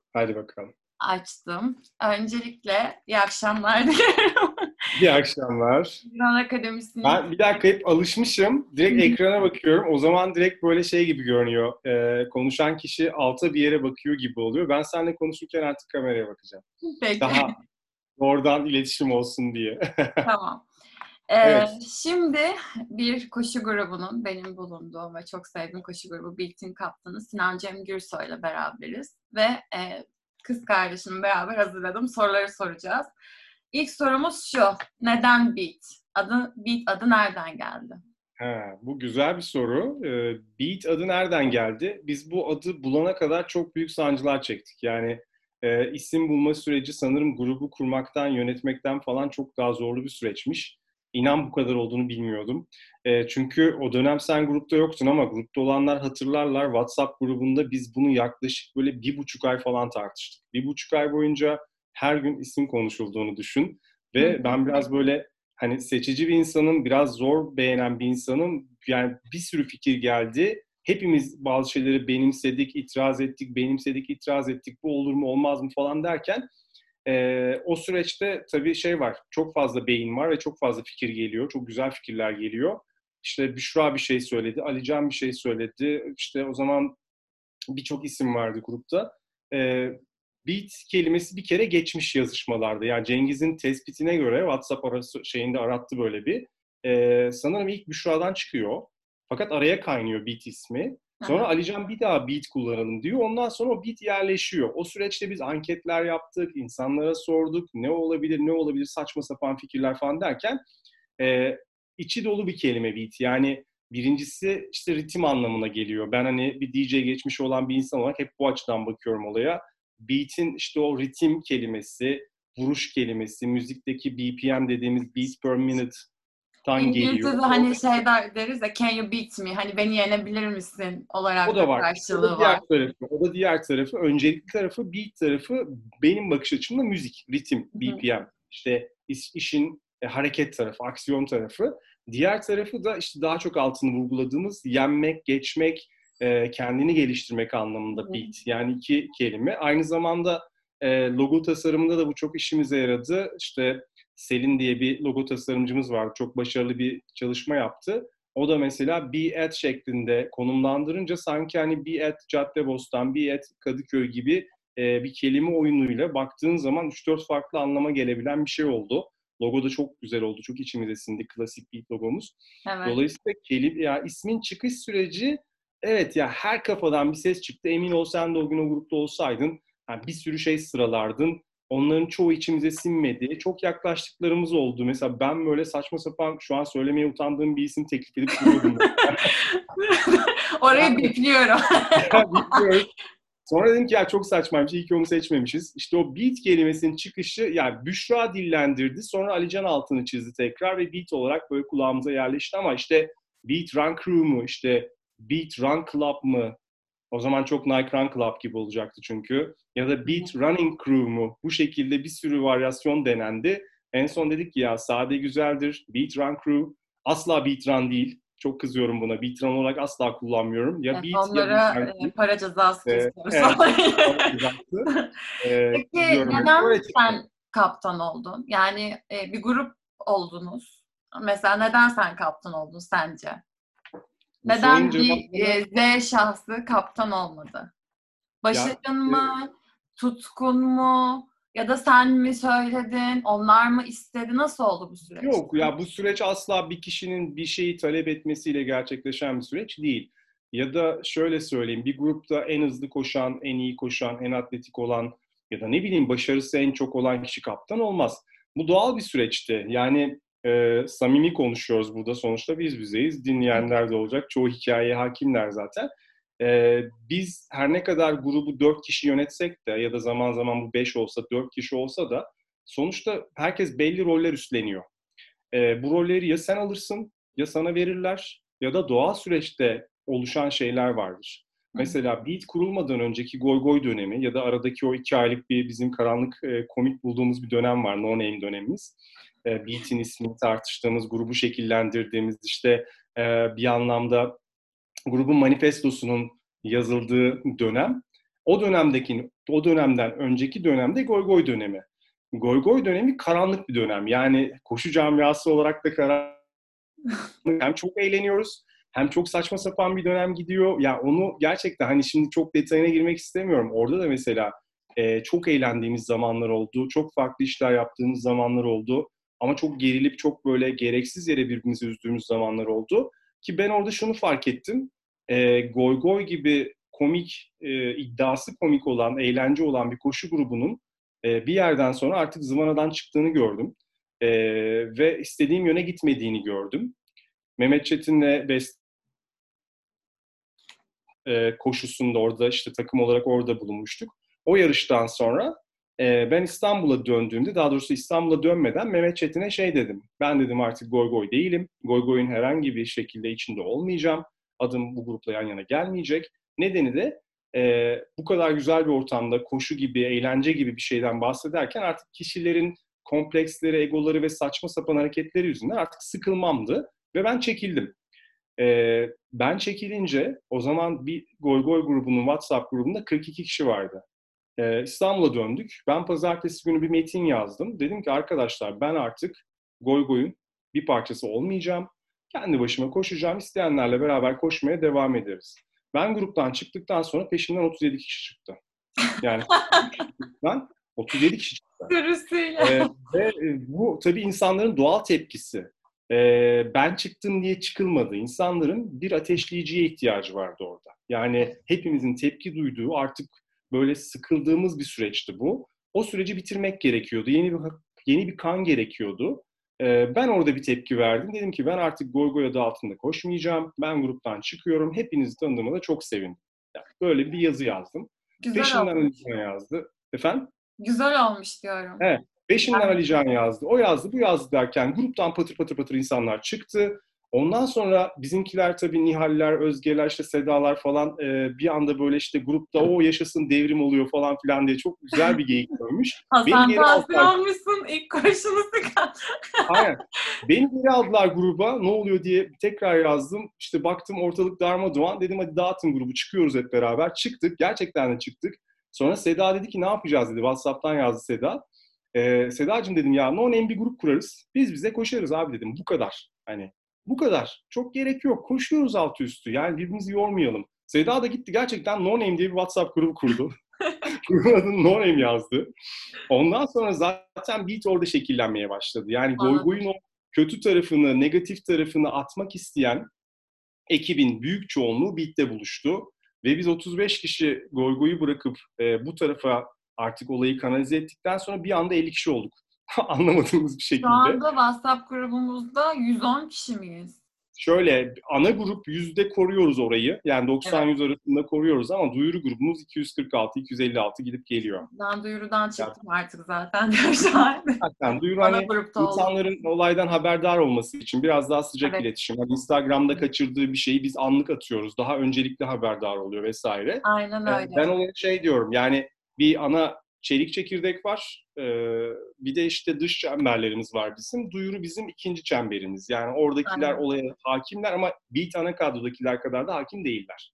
Hadi bakalım. Açtım. Öncelikle iyi akşamlar dilerim. İyi akşamlar. Yunan Akademisi'nin Ben bir dakika hep alışmışım. Direkt ekrana bakıyorum. O zaman direkt böyle şey gibi görünüyor. Konuşan kişi alta bir yere bakıyor gibi oluyor. Ben seninle konuşurken artık kameraya bakacağım. peki. Daha oradan iletişim olsun diye. Tamam. Evet. Şimdi bir koşu grubunun, benim bulunduğum ve çok sevdiğim koşu grubu Beat'in kaptanı Sinan Cem Gürsoy ile beraberiz. Ve kız kardeşimle beraber hazırladığım soruları soracağız. İlk sorumuz şu. Neden Beat? Beat adı nereden geldi? Bu güzel bir soru. Beat adı nereden geldi? Biz bu adı bulana kadar çok büyük sancılar çektik. Yani isim bulma süreci sanırım grubu kurmaktan, yönetmekten falan çok daha zorlu bir süreçmiş. İnan bu kadar olduğunu bilmiyordum. Çünkü o dönem sen grupta yoktun ama grupta olanlar hatırlarlar. WhatsApp grubunda biz bunu yaklaşık böyle 1,5 ay falan tartıştık. 1,5 ay boyunca her gün isim konuşulduğunu düşün. Hı Ve hı. ben biraz böyle hani seçici bir insanım, biraz zor beğenen bir insanım. Yani bir sürü fikir geldi. Hepimiz bazı şeyleri benimsedik, itiraz ettik, benimsedik, itiraz ettik. Bu olur mu, olmaz mı falan derken o süreçte tabii şey var, çok fazla beyin var ve çok fazla fikir geliyor. Çok güzel fikirler geliyor. İşte Büşra bir şey söyledi, Alican bir şey söyledi. İşte o zaman birçok isim vardı grupta. E, Beat kelimesi bir kere geçmiş yazışmalarda. Yani Cengiz'in tespitine göre WhatsApp arası şeyinde arattı böyle bir. Sanırım ilk Büşra'dan çıkıyor. Fakat araya kaynıyor Beat ismi. Sonra Aha. Alican bir daha Beat kullanalım diyor. Ondan sonra o Beat yerleşiyor. O süreçte biz anketler yaptık, insanlara sorduk. Ne olabilir, ne olabilir, saçma sapan fikirler falan derken e, içi dolu bir kelime Beat. Yani birincisi işte ritim anlamına geliyor. Ben hani bir DJ geçmişi olan bir insan olarak hep bu açıdan bakıyorum olaya. Beat'in işte o ritim kelimesi, vuruş kelimesi, müzikteki BPM dediğimiz beat per minute'tan geliyor. İngilizce'de hani şey deriz ya can you beat me? Hani beni yenebilir misin O olarak da da var. O da karşılığı diğer var. tarafı. O da diğer tarafı. Öncelikli tarafı, beat tarafı benim bakış açımda müzik, ritim, Hı hı. BPM. İşte işin hareket tarafı, aksiyon tarafı. Diğer tarafı da işte daha çok altını vurguladığımız yenmek, geçmek, kendini geliştirmek Hı anlamında hı. beat. Yani iki kelime. Aynı zamanda logo tasarımında da bu çok işimize yaradı. İşte Selin diye bir logo tasarımcımız var. Çok başarılı bir çalışma yaptı. O da mesela be at şeklinde konumlandırınca sanki hani be at Caddebostan, be at Kadıköy gibi bir kelime oyunuyla baktığın zaman 3-4 farklı anlama gelebilen bir şey oldu. Logo da çok güzel oldu. Çok içimize sindi klasik beat logomuz. Evet. Dolayısıyla kelime, ya ismin çıkış süreci evet ya her kafadan bir ses çıktı. Emin ol sen de o gün o grupta olsaydın yani bir sürü şey sıralardın. Onların çoğu içimize sinmedi. Çok yaklaştıklarımız oldu. Mesela ben böyle saçma sapan şu an söylemeye utandığım bir isim teklif edip duruyordum. Orayı bipliyorum. Bilmiyorum. Sonra dedim ki ya çok saçmaymış. İyi ki onu seçmemişiz. İşte o beat kelimesinin çıkışı yani Büşra dillendirdi. Sonra Alican altını çizdi tekrar ve beat olarak böyle kulağımıza yerleşti ama işte Beat Run Crew mu işte Beat Run Club mı? O zaman çok Nike Run Club gibi olacaktı çünkü. Ya da Beat Running Crew mu? Bu şekilde bir sürü varyasyon denendi. En son dedik ki ya sade güzeldir. Beat Run Crew asla Beat Run değil. Çok kızıyorum buna. Beat Run olarak asla kullanmıyorum. Ya Evet, Beat ya Beat onlara Run Crew. para cezası kesiyoruz. Evet. Bana uzattı. Peki Kızıyorum. Yani. neden Öyle çıktı. sen kaptan oldun? Yani bir grup oldunuz. Mesela neden sen kaptan oldun sence? Bu sorunun Neden bir cevabını Z şahsı kaptan olmadı? ya Başarın mı? Tutkun mu? Ya da sen mi söyledin? Onlar mı istedi? Nasıl oldu bu süreç? yok ya bu süreç asla bir kişinin bir şeyi talep etmesiyle gerçekleşen bir süreç değil. Ya da şöyle söyleyeyim bir grupta en hızlı koşan, en iyi koşan, en atletik olan ya da ne bileyim başarısı en çok olan kişi kaptan olmaz. Bu doğal bir süreçti. Yani samimi konuşuyoruz burada sonuçta biz bizeyiz. Dinleyenler de olacak. Çoğu hikayeye hakimler zaten. Biz her ne kadar grubu 4 kişi yönetsek de ya da zaman zaman bu 5 olsa 4 kişi olsa da sonuçta herkes belli roller üstleniyor. Bu rolleri ya sen alırsın ya sana verirler ya da doğal süreçte oluşan şeyler vardır. Hı hı. Mesela Beat kurulmadan önceki Goy Goy dönemi ya da aradaki o 2 aylık bir bizim karanlık komik bulduğumuz bir dönem var. No Name dönemimiz. Beat'in ismini tartıştığımız, grubu şekillendirdiğimiz işte bir anlamda grubun manifestosunun yazıldığı dönem. o dönemden önceki dönemde Goy Goy dönemi. Goy Goy dönemi karanlık bir dönem. Yani koşu camiası olarak da karanlık. Hem çok eğleniyoruz hem çok saçma sapan bir dönem gidiyor. Yani onu gerçekten hani şimdi çok detayına girmek istemiyorum. Orada da mesela çok eğlendiğimiz zamanlar oldu. Çok farklı işler yaptığımız zamanlar oldu. Ama çok gerilip çok böyle gereksiz yere birbirimizi üzdüğümüz zamanlar oldu. Ki ben orada şunu fark ettim. Goy Goy gibi komik, iddiası komik olan, eğlence olan bir koşu grubunun bir yerden sonra artık zıvanadan çıktığını gördüm. Ve istediğim yöne gitmediğini gördüm. Mehmet Çetin'le Best koşusunda orada işte takım olarak orada bulunmuştuk. O yarıştan sonra ben İstanbul'a döndüğümde, daha doğrusu İstanbul'a dönmeden Mehmet Çetin'e şey dedim. Ben dedim artık Goy Goy değilim. Goy Goy'un herhangi bir şekilde içinde olmayacağım. Adım bu grupla yan yana gelmeyecek. Nedeni de bu kadar güzel bir ortamda koşu gibi, eğlence gibi bir şeyden bahsederken artık kişilerin kompleksleri, egoları ve saçma sapan hareketleri yüzünden artık sıkılmamdı. Ve ben çekildim. Ben çekilince o zaman bir Goy Goy grubunun WhatsApp grubunda 42 kişi vardı. İstanbul'a döndük. Ben pazartesi günü bir metin yazdım. Dedim ki arkadaşlar ben artık Goy Goy'un bir parçası olmayacağım. Kendi başıma koşacağım. İsteyenlerle beraber koşmaya devam ederiz. Ben gruptan çıktıktan sonra peşimden 37 kişi çıktı. Yani ben 37 kişi çıktı. Sürüsüyle. Ve bu tabii insanların doğal tepkisi. Ben çıktım diye çıkılmadı. İnsanların bir ateşleyiciye ihtiyacı vardı orada. Yani hepimizin tepki duyduğu artık böyle sıkıldığımız bir süreçti bu. O süreci bitirmek gerekiyordu. Yeni bir kan gerekiyordu. Ben orada bir tepki verdim. Dedim ki ben artık Goy Goy adı altında koşmayacağım. Ben gruptan çıkıyorum. Hepinizi tanıdığıma da çok sevindim. Yani böyle bir yazı yazdım. Güzel Peşinden olmuş. Alican yazdı. Efendim? Güzel olmuş diyorum. Evet. Peşinden Ali Can yazdı. O yazdı, bu yazdı derken gruptan patır patır patır insanlar çıktı. Ondan sonra bizimkiler tabii Nihaller, Özgeler, işte Sedalar falan bir anda böyle işte grupta o yaşasın devrim oluyor falan filan diye çok güzel bir geyik dönmüş. Beni Hasan geri Tahsin aldılar. olmuşsun. İlk koşunu sıkan. Aynen. Beni geri aldılar gruba. Ne oluyor diye tekrar yazdım. İşte baktım ortalık darmadağın. Dedim hadi dağıtın grubu. Çıkıyoruz hep beraber. Çıktık. Gerçekten de çıktık. Sonra Seda dedi ki ne yapacağız dedi. WhatsApp'tan yazdı Seda. Sedacığım dedim ya no name bir grup kurarız. Biz bize koşarız abi dedim. Bu kadar. Hani bu kadar. Çok gerek yok. Koşuyoruz altı üstü. Yani birbirimizi yormayalım. Seda da gitti gerçekten No Name diye bir WhatsApp grubu kurdu. Grubun adını No Name yazdı. Ondan sonra zaten beat orada şekillenmeye başladı. Yani Goy Anladım. Goy'un o kötü tarafını, negatif tarafını atmak isteyen ekibin büyük çoğunluğu beat'te buluştu. Ve biz 35 kişi Goy Goy'u bırakıp bu tarafa artık olayı kanalize ettikten sonra bir anda 50 kişi olduk. Anlamadığımız bir Şu şekilde. anda WhatsApp grubumuzda 110 kişi miyiz? Şöyle ana grup yüzde koruyoruz orayı. Yani Evet. 90-100 arasında koruyoruz ama duyuru grubumuz 246-256 gidip geliyor. Ben duyurudan Yani çıktım artık zaten. Şu an zaten duyuru ana hani grupta oldum. insanların olaydan haberdar olması için biraz daha sıcak Evet. iletişim. Hani Instagram'da kaçırdığı bir şeyi biz anlık atıyoruz. Daha öncelikli haberdar oluyor vesaire. Aynen Ben öyle. ona şey diyorum yani bir ana çelik çekirdek var. Bir de işte dış çemberlerimiz var bizim. Duyuru bizim ikinci çemberimiz. Yani oradakiler Aynen. olaya hakimler ama bir ana kadrodakiler kadar da hakim değiller.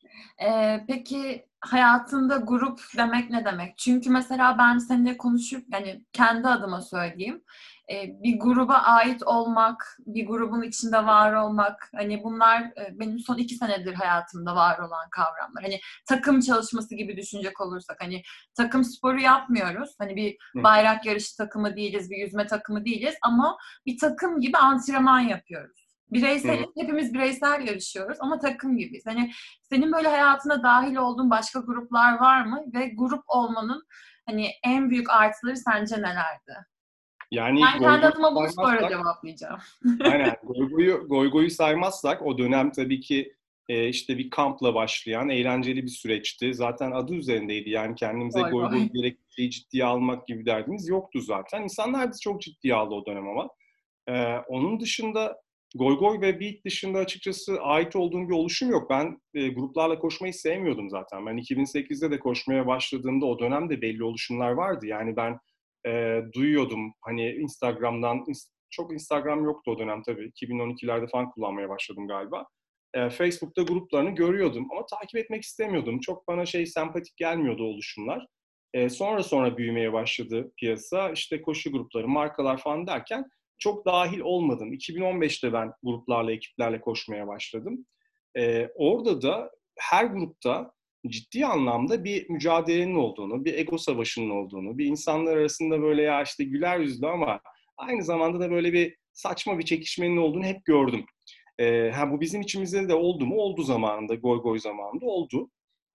Peki hayatında grup demek ne demek? Çünkü mesela ben seninle konuşup yani kendi adıma söyleyeyim. Bir gruba ait olmak, bir grubun içinde var olmak, hani bunlar benim son 2 senedir hayatımda var olan kavramlar. Hani takım çalışması gibi düşünecek olursak, hani takım sporu yapmıyoruz. Hani bir bayrak yarışı takımı değiliz, bir yüzme takımı değiliz ama bir takım gibi antrenman yapıyoruz. Bireysel, hepimiz bireysel yarışıyoruz ama takım gibiyiz. Hani senin böyle hayatına dahil olduğun başka gruplar var mı? Ve grup olmanın hani en büyük artıları sence nelerdi? Yani Ben Goy kendi Goy'u adıma bunu sonra saymazsak, cevaplayacağım. aynen Goy Goy'u saymazsak o dönem tabii ki işte bir kampla başlayan eğlenceli bir süreçti. Zaten adı üzerindeydi. Yani kendimize Goy Goy Goy goy. diyerek bir şeyi ciddiye almak gibi derdimiz yoktu zaten. İnsanlar bizi çok ciddiye aldı o dönem ama. Onun dışında Goy Goy ve Beat dışında açıkçası ait olduğum bir oluşum yok. Ben gruplarla koşmayı sevmiyordum zaten. Ben 2008'de de koşmaya başladığımda o dönemde belli oluşumlar vardı. Yani ben duyuyordum hani Instagram'dan, çok Instagram yoktu o dönem tabii. 2012'lerde falan kullanmaya başladım galiba. Facebook'ta gruplarını görüyordum ama takip etmek istemiyordum. Çok bana sempatik gelmiyordu oluşumlar. Sonra büyümeye başladı piyasa. İşte koşu grupları, markalar falan derken çok dahil olmadım. 2015'te ben gruplarla, ekiplerle koşmaya başladım. Orada da her grupta ciddi anlamda bir mücadelenin olduğunu, bir ego savaşının olduğunu, bir insanlar arasında böyle ya işte güler yüzlü ama aynı zamanda da böyle bir saçma bir çekişmenin olduğunu hep gördüm. Bu bizim içimizde de oldu mu? Oldu zamanında, goy goy zamanında oldu.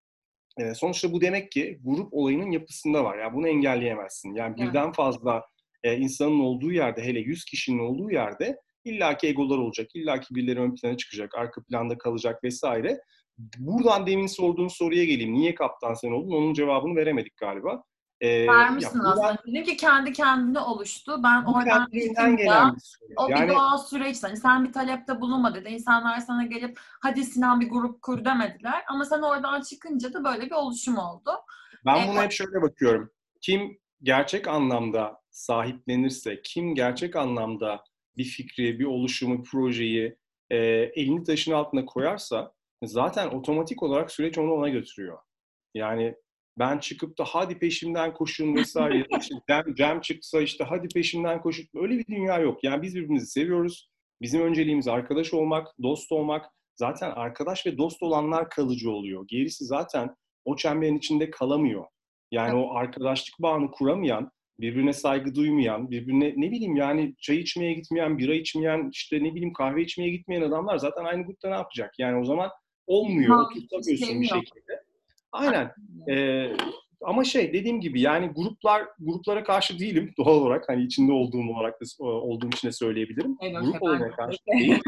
Sonuçta bu demek ki grup olayının yapısında var. Yani bunu engelleyemezsin. Yani Evet. birden fazla insanın olduğu yerde, hele 100 kişinin olduğu yerde illaki egolar olacak, illaki birileri ön plana çıkacak, arka planda kalacak vesaire. Buradan demin sorduğun soruya geleyim. Niye kaptan sen oldun? Onun cevabını veremedik galiba. Ya Vermişsin buradan, aslında. Dedin ki kendi kendine oluştu. Ben bu oradan kendiliğinden çıkınca gelen bir süreç. o bir Yani doğal süreç. Hani sen bir talepte bulunma dedi. İnsanlar sana gelip hadi Sinan bir grup kur demediler. Ama sen oradan çıkınca da böyle bir oluşum oldu. ben buna hep şöyle bakıyorum. Kim gerçek anlamda sahiplenirse, kim gerçek anlamda bir fikri, bir oluşumu, bir projeyi elini taşın altına koyarsa zaten otomatik olarak süreç onu ona götürüyor. Yani ben çıkıp da hadi peşimden koşun vesaire ya da işte Cem çıksa işte hadi peşimden koşun. Öyle bir dünya yok. Yani biz birbirimizi seviyoruz. Bizim önceliğimiz arkadaş olmak, dost olmak. Zaten arkadaş ve dost olanlar kalıcı oluyor. Gerisi zaten o çemberin içinde kalamıyor. Yani o arkadaşlık bağını kuramayan, birbirine saygı duymayan, birbirine ne bileyim yani çay içmeye gitmeyen, bira içmeyen, işte ne bileyim kahve içmeye gitmeyen adamlar zaten aynı grupta ne yapacak? Yani o zaman olmuyor, Mantıklı bir oturtamıyorsun şeyim bir yok. şekilde. Aynen. Ama dediğim gibi yani gruplara karşı değilim doğal olarak. Hani içinde olduğum için de söyleyebilirim. Evet, Grup olayına ben karşı değilim.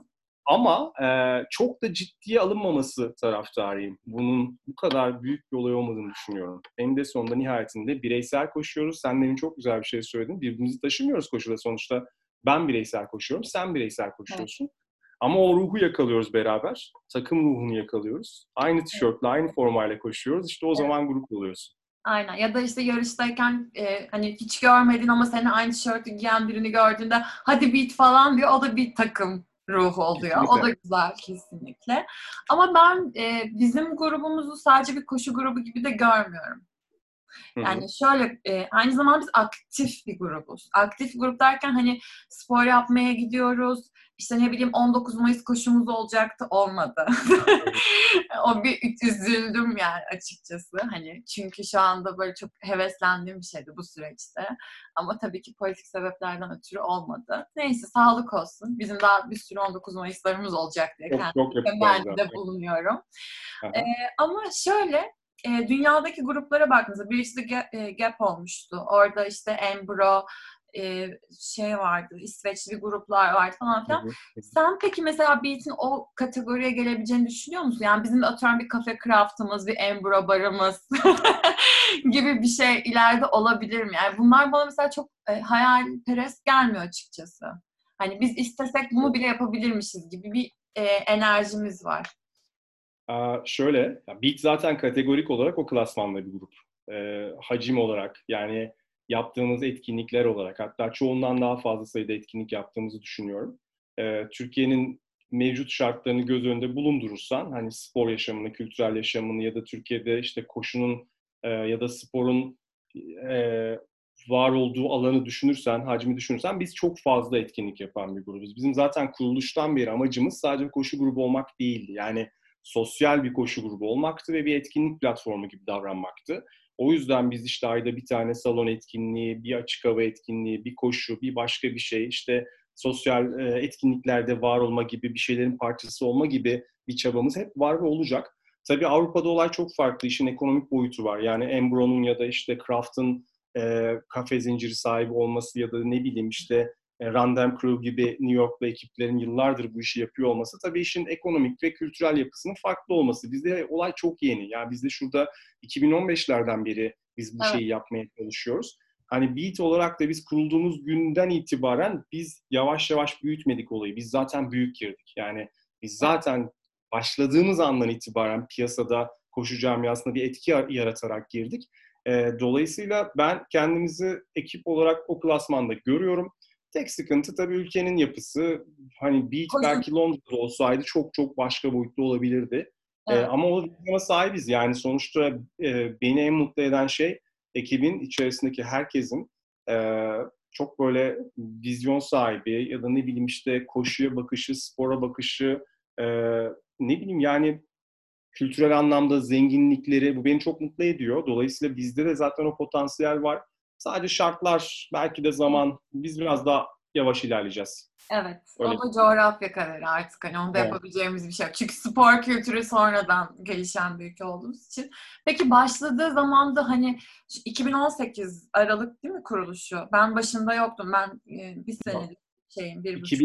Ama çok da ciddiye alınmaması taraftarıyım. Bunun bu kadar büyük bir olay olmadığını düşünüyorum. Eninde sonunda nihayetinde bireysel koşuyoruz. Sen demin çok güzel bir şey söyledin. Birbirimizi taşımıyoruz koşuda. Sonuçta ben bireysel koşuyorum, sen bireysel Evet. koşuyorsun. Ama o ruhu yakalıyoruz beraber. Takım ruhunu yakalıyoruz. Aynı tişörtle, aynı formayla koşuyoruz. İşte o zaman grup oluyoruz. Aynen. Ya da işte yarıştayken hani hiç görmedin ama seni aynı tişörtü giyen birini gördüğünde hadi beat falan diyor. O da bir takım ruhu oluyor. O Kesinlikle. da güzel kesinlikle. Ama ben bizim grubumuzu sadece bir koşu grubu gibi de görmüyorum. Hı hı. Yani şöyle aynı zamanda biz aktif bir grubuz. Aktif grup derken hani spor yapmaya gidiyoruz. İşte ne bileyim 19 Mayıs koşumuz olacaktı, olmadı. Evet. O bir üzüldüm yani açıkçası. Hani çünkü şu anda böyle çok heveslendiğim bir şeydi bu süreçte. Ama tabii ki politik sebeplerden ötürü olmadı. Neyse sağlık olsun. Bizim daha bir sürü 19 Mayıs'larımız olacak diye Çok çok yapacağız kendimde zaten. bulunuyorum. Aha. Ama şöyle dünyadaki gruplara baktığınızda birisi de Gap olmuştu. Orada işte Embro vardı, İsveçli gruplar vardı falan Hı filan. hı. Sen peki mesela Beat'in o kategoriye gelebileceğini düşünüyor musun? Yani bizim de atıyorum bir kafe craft'ımız, bir Embro barımız gibi bir şey ileride olabilir mi? Yani bunlar bana mesela çok hayalperest gelmiyor açıkçası. Hani biz istesek bunu bile yapabilirmişiz gibi bir enerjimiz var. Şöyle, Beat zaten kategorik olarak o klasmanda bir grup. Hacim olarak yani yaptığımız etkinlikler olarak hatta çoğundan daha fazla sayıda etkinlik yaptığımızı düşünüyorum. Türkiye'nin mevcut şartlarını göz önünde bulundurursan hani spor yaşamını, kültürel yaşamını ya da Türkiye'de işte koşunun ya da sporun e, var olduğu alanı düşünürsen, hacmi düşünürsen biz çok fazla etkinlik yapan bir grubuz. Bizim zaten kuruluştan beri amacımız sadece koşu grubu olmak değildi. Yani sosyal bir koşu grubu olmaktı ve bir etkinlik platformu gibi davranmaktı. O yüzden biz işte ayda bir tane salon etkinliği, bir açık hava etkinliği, bir koşu, bir başka bir şey, işte sosyal etkinliklerde var olma gibi bir şeylerin parçası olma gibi bir çabamız hep var ve olacak. Tabii Avrupa'da olay çok farklı. İşin ekonomik boyutu var. Yani Embro'nun ya da işte Kraft'ın kafe zinciri sahibi olması ya da ne bileyim işte Random Crew gibi New York'ta ekiplerin yıllardır bu işi yapıyor olması tabii işin ekonomik ve kültürel yapısının farklı olması. Bizde olay çok yeni. Yani bizde şurada 2015'lerden beri biz bu Evet. şeyi yapmaya çalışıyoruz. Hani Beat olarak da biz kurulduğumuz günden itibaren biz yavaş yavaş büyütmedik olayı. Biz zaten büyük girdik. Yani biz zaten başladığımız andan itibaren piyasada koşu camiasında bir etki yaratarak girdik. Dolayısıyla ben kendimizi ekip olarak o klasmanda görüyorum. Tek sıkıntı tabii ülkenin yapısı. Hani Beat Koşu. belki Londra'da olsaydı çok çok başka boyutlu olabilirdi. Evet. Ama o vizyona sahibiz. Yani sonuçta beni en mutlu eden şey ekibin içerisindeki herkesin çok böyle vizyon sahibi ya da ne bileyim işte koşuya bakışı, spora bakışı, e, ne bileyim yani kültürel anlamda zenginlikleri bu beni çok mutlu ediyor. Dolayısıyla bizde de zaten o potansiyel var. Sadece şartlar, belki de zaman, biz biraz daha yavaş ilerleyeceğiz. Evet, Öyle. o da coğrafya kararı artık. Hani onda Evet. yapabileceğimiz bir şey yok. Çünkü spor kültürü sonradan gelişen bir ülke olduğumuz için. Peki başladığı zaman da hani 2018 Aralık değil mi kuruluşu? Ben başında yoktum. Ben bir senelik şeyim, 1,5.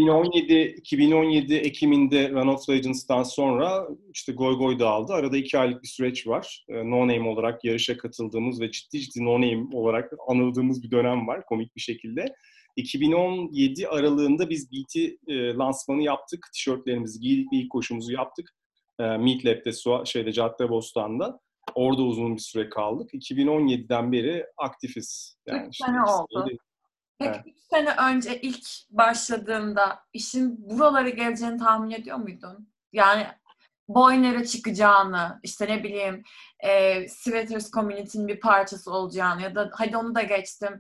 2017 Ekim'inde Run of Legends'tan sonra işte Goy Goy dağıldı. Arada 2 aylık bir süreç var. No Name olarak yarışa katıldığımız ve ciddi ciddi No Name olarak anıldığımız bir dönem var komik bir şekilde. 2017 aralığında biz BT lansmanı yaptık. Tişörtlerimizi giydik ve ilk koşumuzu yaptık. Meat Lab'de, Caddebostan'da. Orada uzun bir süre kaldık. 2017'den beri aktifiz. 3 Yani işte sene oldu. Peki evet. 3 sene önce ilk başladığında işin buralara geleceğini tahmin ediyor muydun? Yani Boyner'e çıkacağını, işte ne bileyim Sweaters Community'nin bir parçası olacağını ya da hadi onu da geçtim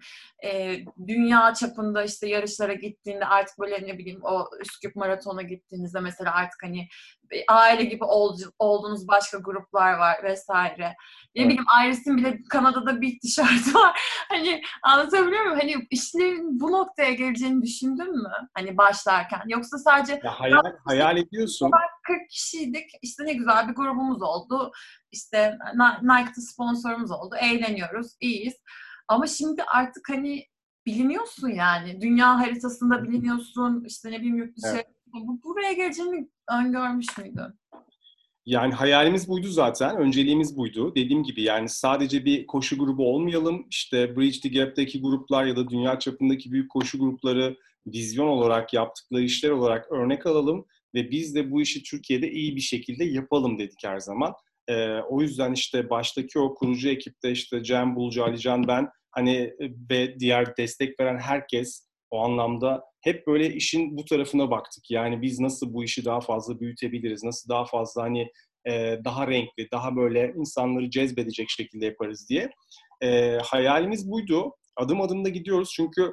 dünya çapında işte yarışlara gittiğinde artık böyle ne bileyim o Üsküp Maraton'a gittiğinizde mesela artık hani aile gibi olduğunuz başka gruplar var vesaire. Ne Evet. bileyim Iris'in bile Kanada'da bir tişörtü var. Hani anlatabiliyor muyum? Hani işlerin bu noktaya geleceğini düşündün mü? Hani başlarken. Yoksa sadece Ya hayal ediyorsun. 40 kişiydik. İşte ne güzel bir grubumuz oldu. İşte Nike'da sponsorumuz oldu. Eğleniyoruz. İyiyiz. Ama şimdi artık hani biliniyorsun yani. Dünya haritasında biliniyorsun. İşte ne bileyim yurt dışı. Evet. Buraya geleceğini öngörmüş müydün? Yani hayalimiz buydu zaten, önceliğimiz buydu. Dediğim gibi yani sadece bir koşu grubu olmayalım, işte Bridge the Gap'teki gruplar ya da dünya çapındaki büyük koşu grupları vizyon olarak yaptıkları işler olarak örnek alalım ve biz de bu işi Türkiye'de iyi bir şekilde yapalım dedik her zaman. O yüzden işte baştaki o kurucu ekipte işte Cem Bulucu, Alican, ben hani ve diğer destek veren herkes o anlamda hep böyle işin bu tarafına baktık. Yani biz nasıl bu işi daha fazla büyütebiliriz, nasıl daha fazla hani daha renkli, daha böyle insanları cezbedecek şekilde yaparız diye. Hayalimiz buydu. Adım adım da gidiyoruz çünkü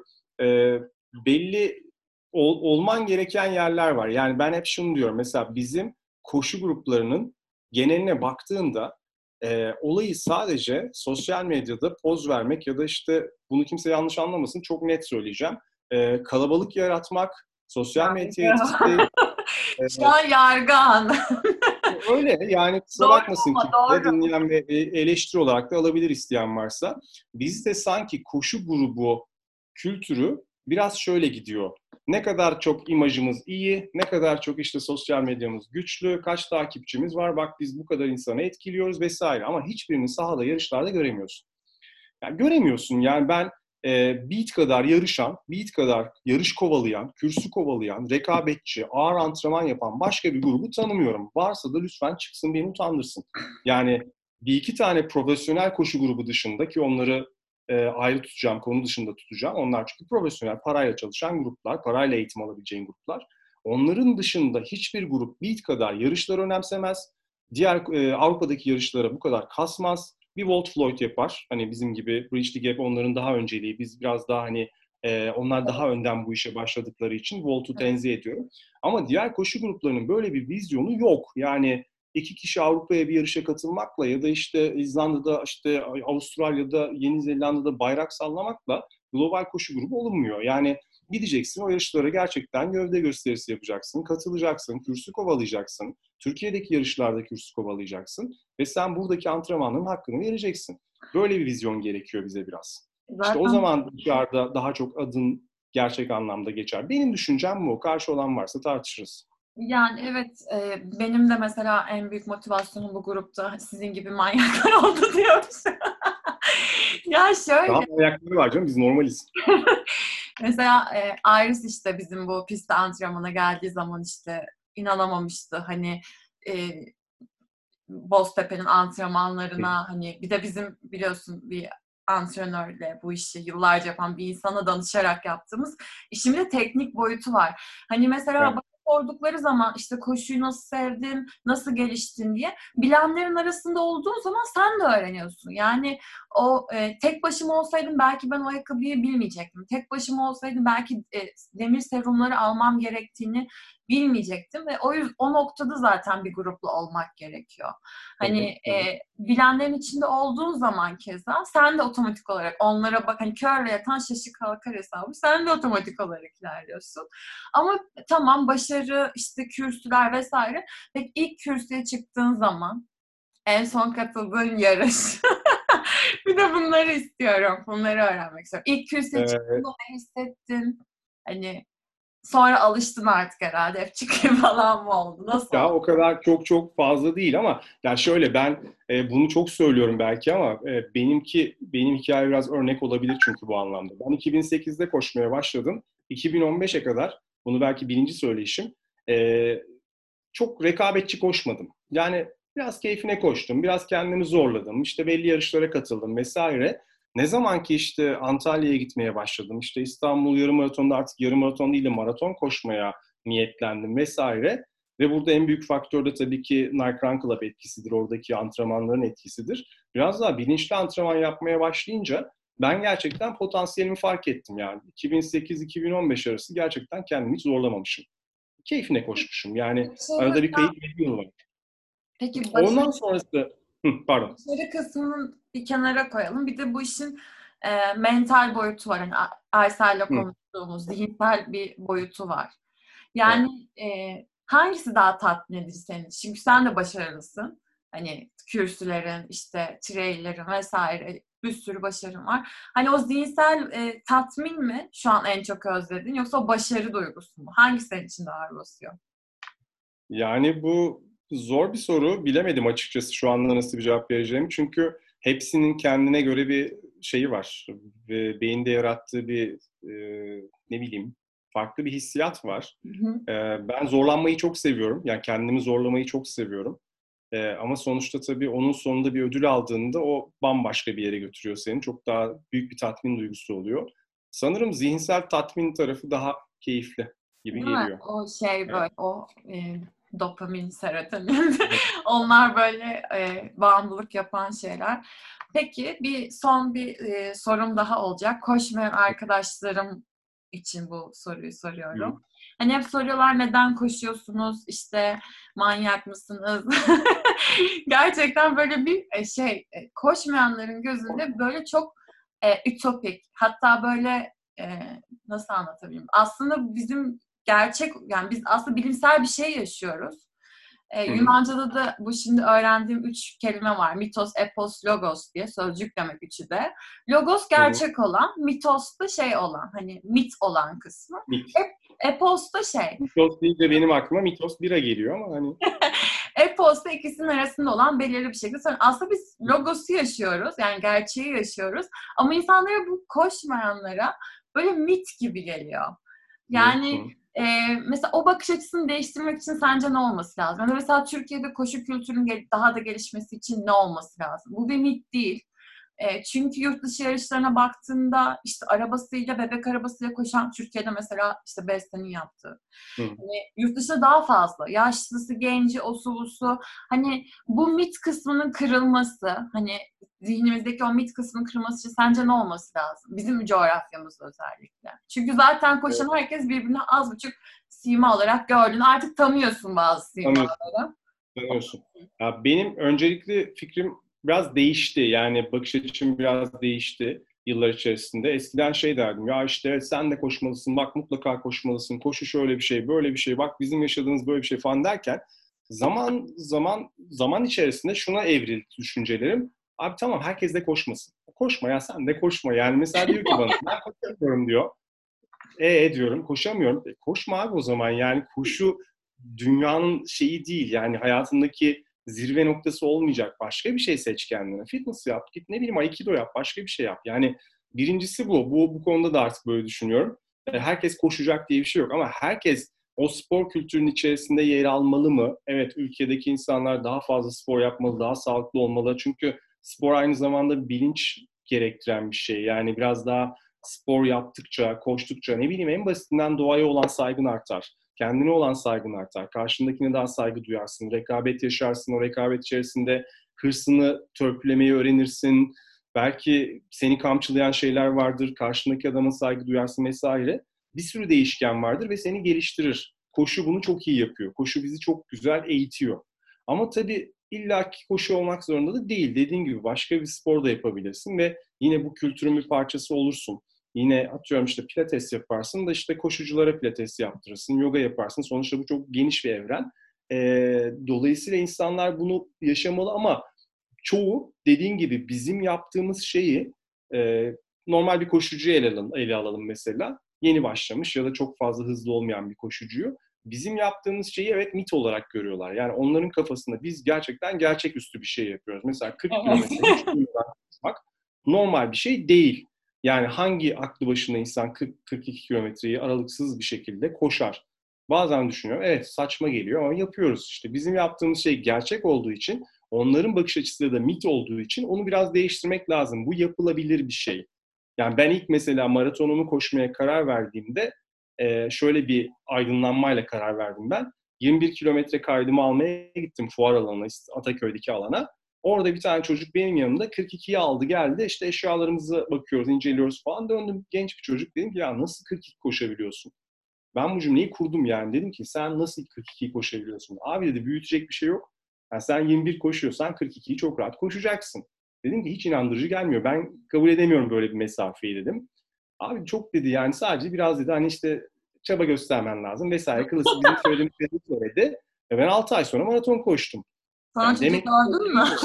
belli olman gereken yerler var. Yani ben hep şunu diyorum. Mesela bizim koşu gruplarının geneline baktığında olayı sadece sosyal medyada poz vermek ya da işte bunu kimse yanlış anlamasın çok net söyleyeceğim. Kalabalık yaratmak, sosyal medya etkisi, Şu an yargı anı. öyle yani kusura Doğru bakmasın ama kimse doğru. dinleyen ve eleştiri olarak da alabilir isteyen varsa. Bizde sanki koşu grubu kültürü biraz şöyle gidiyor. Ne kadar çok imajımız iyi, ne kadar çok işte sosyal medyamız güçlü, kaç takipçimiz var, bak biz bu kadar insanı etkiliyoruz vesaire. Ama hiçbirini sahada, yarışlarda göremiyorsun. Yani göremiyorsun yani ben beat kadar yarışan, beat kadar yarış kovalayan, kürsü kovalayan, rekabetçi, ağır antrenman yapan başka bir grubu tanımıyorum. Varsa da lütfen çıksın beni utandırsın. Yani bir iki tane profesyonel koşu grubu dışında ki onları ayrı tutacağım, konu dışında tutacağım. Onlar çünkü profesyonel, parayla çalışan gruplar, parayla eğitim alabileceğin gruplar. Onların dışında hiçbir grup beat kadar yarışları önemsemez. Diğer Avrupa'daki yarışlara bu kadar kasmaz. Bir Walt Floyd yapar. Hani bizim gibi Bridge the Gap onların daha önceliği. Biz biraz daha hani onlar daha önden bu işe başladıkları için Walt'u tenzih ediyorum. Ama diğer koşu gruplarının böyle bir vizyonu yok. Yani iki kişi Avrupa'ya bir yarışa katılmakla ya da işte İzlanda'da, işte Avustralya'da, Yeni Zelanda'da bayrak sallamakla global koşu grubu olunmuyor. Yani gideceksin o yarışlara gerçekten gövde gösterisi yapacaksın, katılacaksın, kürsü kovalayacaksın. Türkiye'deki yarışlarda kürsü kovalayacaksın ve sen buradaki antrenmanların hakkını vereceksin. Böyle bir vizyon gerekiyor bize biraz. İşte o Zaten zaman dışarıda daha çok adın gerçek anlamda geçer. Benim düşüncem bu. Karşı olan varsa tartışırız. yani evet benim de mesela en büyük motivasyonum bu grupta sizin gibi manyaklar oldu diyormuş. Ya Daha şöyle ayakları var canım. Biz normaliz. mesela Iris işte bizim bu pist antrenmana geldiği zaman işte inanamamıştı. Hani e, Boztepe'nin antrenmanlarına hani bir de bizim biliyorsun bir antrenörle bu işi yıllarca yapan bir insana danışarak yaptığımız işin de teknik boyutu var. Hani mesela Evet. bana sordukları zaman işte koşuyu nasıl sevdin, nasıl geliştin diye bilenlerin arasında olduğun zaman sen de öğreniyorsun. Yani o tek başıma olsaydım belki ben o ayakkabıyı bilmeyecektim. Tek başıma olsaydım belki demir serumları almam gerektiğini bilmeyecektim ve o noktada zaten bir grupla olmak gerekiyor. Hı hı, Hani hı hı. bilenlerin içinde olduğun zaman keza sen de otomatik olarak onlara bak, hani körle yatan şaşı kalkar hesabı, sen de otomatik olarak ilerliyorsun. Ama tamam, başarı, işte kürsüler vesaire. Peki ilk kürsüye çıktığın zaman en son katıldığın yarış. Bir de bunları istiyorum. Bunları öğrenmek istiyorum. İlk kürsüye Ee, çıktığında ne hissettin? Hani sonra alıştın artık herhalde. Hep çıkayım falan mı oldu? Nasıl Ya oldu? o kadar çok çok fazla değil ama ya şöyle ben bunu çok söylüyorum belki ama benim hikaye biraz örnek olabilir çünkü bu anlamda. Ben 2008'de koşmaya başladım. 2015'e kadar bunu belki birinci söyleyişim. e, Çok rekabetçi koşmadım. Yani biraz keyfine koştum, biraz kendimi zorladım. İşte belli yarışlara katıldım vesaire. Ne zaman ki işte Antalya'ya gitmeye başladım, işte İstanbul yarım maratonda artık yarım maraton değil de maraton koşmaya niyetlendim vesaire. Ve burada en büyük faktör de tabii ki Nike Run Club etkisidir, oradaki antrenmanların etkisidir. Biraz daha bilinçli antrenman yapmaya başlayınca ben gerçekten potansiyelimi fark ettim yani. 2008-2015 arası gerçekten kendimi hiç zorlamamışım. Keyfine koşmuşum. Yani Başarı, arada bir kayıp medium var. peki Ondan sonrası, pardon. başarı kısmını bir kenara koyalım. Bir de bu işin mental boyutu var. Hani Aysel'le Hı. konuştuğumuz zihinsel bir boyutu var. Evet. Yani hangisi daha tatmin edici senin için? Çünkü sen de başarılısın. Hani kürsülerin, işte trail'lerin vesaire bir sürü başarın var. Hani o zihinsel tatmin mi şu an en çok özledin, yoksa o başarı duygusu mu? Hangisi senin için daha ağır basıyor? Yani bu zor bir soru. Bilemedim açıkçası şu anda nasıl bir cevap vereceğimi. Çünkü hepsinin kendine göre bir şeyi var. Ve beyinde yarattığı bir ne bileyim farklı bir hissiyat var. Hı hı. Ben zorlanmayı çok seviyorum. Yani kendimi zorlamayı çok seviyorum. Ama sonuçta tabii onun sonunda bir ödül aldığında o bambaşka bir yere götürüyor seni. Çok daha büyük bir tatmin duygusu oluyor. Sanırım zihinsel tatmin tarafı daha keyifli gibi Değil mi? geliyor. O şey Evet. böyle o dopamin, serotonin onlar böyle bağımlılık yapan şeyler. Peki bir sorum daha olacak. Koşmayan arkadaşlarım için bu soruyu Hı. soruyorum. Hani hep soruyorlar, neden koşuyorsunuz? İşte manyak mısınız? Gerçekten böyle bir koşmayanların gözünde böyle çok ütopik. Hatta böyle e, nasıl anlatabilirim? Aslında bizim gerçek, yani biz aslında bilimsel bir şey yaşıyoruz. Hı hı. Yunanca'da da bu şimdi öğrendiğim 3 kelime var. Mitos, epos, logos diye sözcük demek üçü de. Logos Hı hı. gerçek olan, mitos da şey olan, hani mit olan kısmı. Mit. Epos da şey. Mitos deyince benim aklıma Mitos bira geliyor ama hani E-posta ikisinin arasında olan belirli bir şekilde. Sonra aslında biz logosu yaşıyoruz. Yani gerçeği yaşıyoruz. Ama insanlara, bu koşmayanlara böyle mit gibi geliyor. hı Yani hı. mesela o bakış açısını değiştirmek için sence ne olması lazım? Yani mesela Türkiye'de koşu kültürünün daha da gelişmesi için ne olması lazım? Bu bir mit değil. Çünkü yurt dışı yarışlarına baktığında işte arabasıyla, bebek arabasıyla koşan, Türkiye'de mesela işte Beste'nin yaptığı. Hı. Hani yurt dışında daha fazla. Yaşlısı, genci, osu busu. Hani bu mit kısmının kırılması, hani zihnimizdeki o mit kısmının kırılması için sence ne olması lazım? Bizim coğrafyamızda özellikle. Çünkü zaten koşan herkes birbirine az buçuk sima olarak gördün. Artık tanıyorsun bazı Tanıyorsun, simaları. tanıyorsun. Ya benim öncelikli fikrim biraz değişti. Yani bakış açım biraz değişti yıllar içerisinde. Eskiden şey derdim, ya işte sen de koşmalısın, bak mutlaka koşmalısın, koşu şöyle bir şey, böyle bir şey, bak bizim yaşadığımız böyle bir şey falan derken zaman içerisinde şuna evrildi düşüncelerim. Abi tamam, herkes de koşmasın. Koşma ya, sen de koşma. Yani mesela diyor ki bana, ben koşamıyorum diyor. Diyorum, koşamıyorum. Koşma abi o zaman, yani koşu dünyanın şeyi değil, yani hayatındaki zirve noktası olmayacak. Başka bir şey seç kendine. Fitness yap, git ne bileyim Aikido yap, başka bir şey yap. Yani birincisi bu. Bu konuda da artık böyle düşünüyorum. Herkes koşacak diye bir şey yok ama herkes o spor kültürünün içerisinde yer almalı mı? Evet, ülkedeki insanlar daha fazla spor yapmalı, daha sağlıklı olmalı. Çünkü spor aynı zamanda bilinç gerektiren bir şey. Yani biraz daha spor yaptıkça, koştukça, ne bileyim, en basitinden doğaya olan saygın artar. Kendine olan saygın artar. Karşındakine daha saygı duyarsın. Rekabet yaşarsın. O rekabet içerisinde hırsını törpülemeyi öğrenirsin. Belki seni kamçılayan şeyler vardır. Karşındaki adama saygı duyarsın vesaire. Bir sürü değişken vardır ve seni geliştirir. Koşu bunu çok iyi yapıyor. Koşu bizi çok güzel eğitiyor. Ama tabii illaki koşu olmak zorunda da değil. Dediğin gibi başka bir spor da yapabilirsin ve yine bu kültürün bir parçası olursun. Yine atıyorum işte pilates yaparsın da işte koşuculara pilates yaptırırsın, yoga yaparsın. Sonuçta bu çok geniş bir evren. Dolayısıyla insanlar bunu yaşamalı ama çoğu dediğin gibi bizim yaptığımız şeyi normal bir koşucuyu ele alalım mesela. Yeni başlamış ya da çok fazla hızlı olmayan bir koşucuyu. Bizim yaptığımız şeyi evet mit olarak görüyorlar. Yani onların kafasında biz gerçekten gerçeküstü bir şey yapıyoruz. Mesela 40 kilometre hiç durmadan koşmak normal bir şey değil. Yani hangi aklı başında insan 40-42 kilometreyi aralıksız bir şekilde koşar? Bazen düşünüyorum, evet saçma geliyor ama yapıyoruz işte. Bizim yaptığımız şey gerçek olduğu için, onların bakış açısı da mit olduğu için onu biraz değiştirmek lazım. Bu yapılabilir bir şey. Yani ben ilk mesela maratonumu koşmaya karar verdiğimde şöyle bir aydınlanmayla karar verdim ben. 21 kilometre kaydımı almaya gittim fuar alanına, Ataköy'deki alana. Orada bir tane çocuk benim yanımda 42'yi aldı geldi. İşte eşyalarımıza bakıyoruz, inceliyoruz falan. Döndüm, genç bir çocuk, dedim ki ya nasıl 42 koşabiliyorsun? Ben bu cümleyi kurdum yani. Dedim ki sen nasıl 42'yi koşabiliyorsun? Abi dedi, büyütecek bir şey yok. Yani sen 21 koşuyorsan 42'yi çok rahat koşacaksın. Dedim ki hiç inandırıcı gelmiyor. Ben kabul edemiyorum böyle bir mesafeyi dedim. Abi çok dedi yani, sadece biraz dedi hani işte çaba göstermen lazım vesaire. Klasik bizim söylediğimiz şeyleri söyledi. Ve ben 6 ay sonra maraton koştum. Sonra Yani çocuk demek ki gördün mü?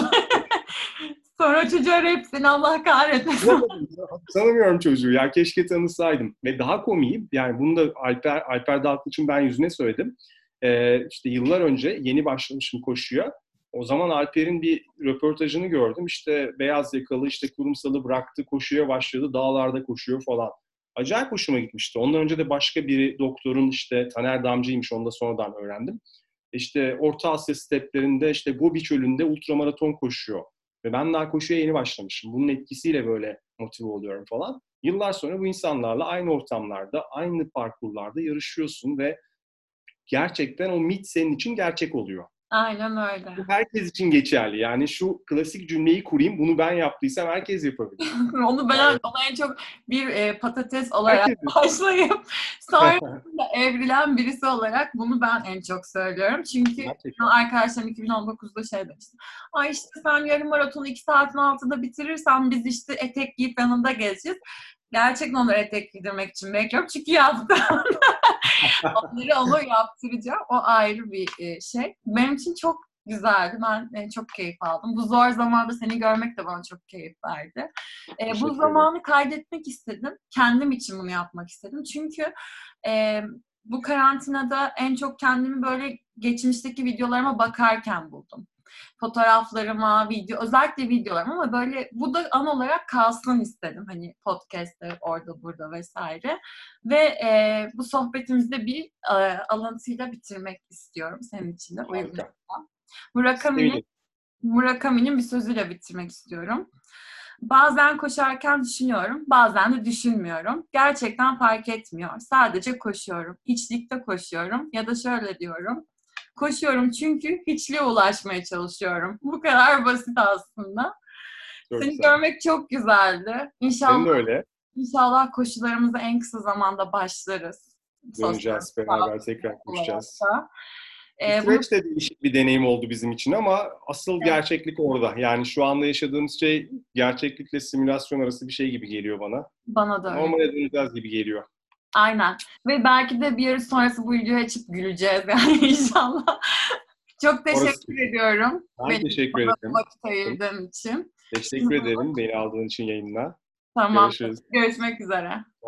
Sonra çocuğu arayıp seni Allah kahretmesin. tanımıyorum çocuğu ya, keşke tanısaydım. Ve daha komiği, yani bunu da Alper Dalkılıç'ın ben yüzüne söyledim. İşte yıllar önce yeni başlamışım koşuya. O zaman Alper'in bir röportajını gördüm. İşte beyaz yakalı, işte kurumsalı bıraktı, koşuya başladı, dağlarda koşuyor falan. Acayip hoşuma gitmişti. Ondan önce de başka biri, doktorun işte Taner Damcı'ymış, onu da sonradan öğrendim. İşte Orta Asya steplerinde, işte Gobi çölünde ultramaraton koşuyor. Ve ben daha koşuya yeni başlamışım. Bunun etkisiyle böyle motive oluyorum falan. Yıllar sonra bu insanlarla aynı ortamlarda, aynı parkurlarda yarışıyorsun ve gerçekten o mit senin için gerçek oluyor. Aynen öyle. Bu herkes için geçerli. Yani şu klasik cümleyi kurayım, bunu ben yaptıysam herkes yapabilir. Onu ben Yani ona en çok bir patates olarak herkes başlayıp sonrasında evrilen birisi olarak bunu ben en çok söylüyorum. Çünkü gerçekten. arkadaşlarım 2019'da şey demişti. Ay işte sen yarım maratonu 2 saatin altında bitirirsen biz işte etek giyip yanında gezeceğiz. Gerçekten onları etek giydirmek için bekliyorum. Çünkü yazdım. Onları onu yaptıracağım. O ayrı bir şey. Benim için çok güzeldi. Ben çok keyif aldım. Bu zor zamanda seni görmek de bana çok keyif verdi. Bu Teşekkür ederim. zamanı kaydetmek istedim. Kendim için bunu yapmak istedim. Çünkü bu karantinada en çok kendimi böyle geçmişteki videolarıma bakarken buldum. Fotoğraflarıma, özellikle videolarıma, ama böyle bu da an olarak kalsın istedim. Hani podcast'te orada burada vesaire. Ve bu sohbetimizde bir alıntıyla bitirmek istiyorum senin için de uygun. Harika. Murakami'nin Sevinirim. Murakami'nin bir sözüyle bitirmek istiyorum. Bazen koşarken düşünüyorum, bazen de düşünmüyorum. Gerçekten fark etmiyor. Sadece koşuyorum. Hiçlikte koşuyorum ya da şöyle diyorum. Koşuyorum çünkü hiçliğe ulaşmaya çalışıyorum. Bu kadar basit aslında. Çok Seni güzel. görmek çok güzeldi. Senin İnşallah, de öyle. inşallah koşularımıza en kısa zamanda başlarız. Sosyal Döneceğiz, beraber sağlık tekrar olarak konuşacağız. da. Bu Bunu süreç de değişik bir deneyim oldu bizim için ama asıl gerçeklik orada. Yani şu anda yaşadığımız şey gerçeklikle simülasyon arası bir şey gibi geliyor bana. bana da öyle. Normale döneceğiz gibi geliyor. Aynen. Ve belki de bir yarış sonrası bu videoyu açıp güleceğiz yani inşallah. Çok Orası teşekkür ediyorum. Ben Benim teşekkür bana ederim. vakit ayırdığın için. Şimdi, Teşekkür ederim beni aldığın için yayınına. tamam. Görüşürüz. Görüşmek üzere.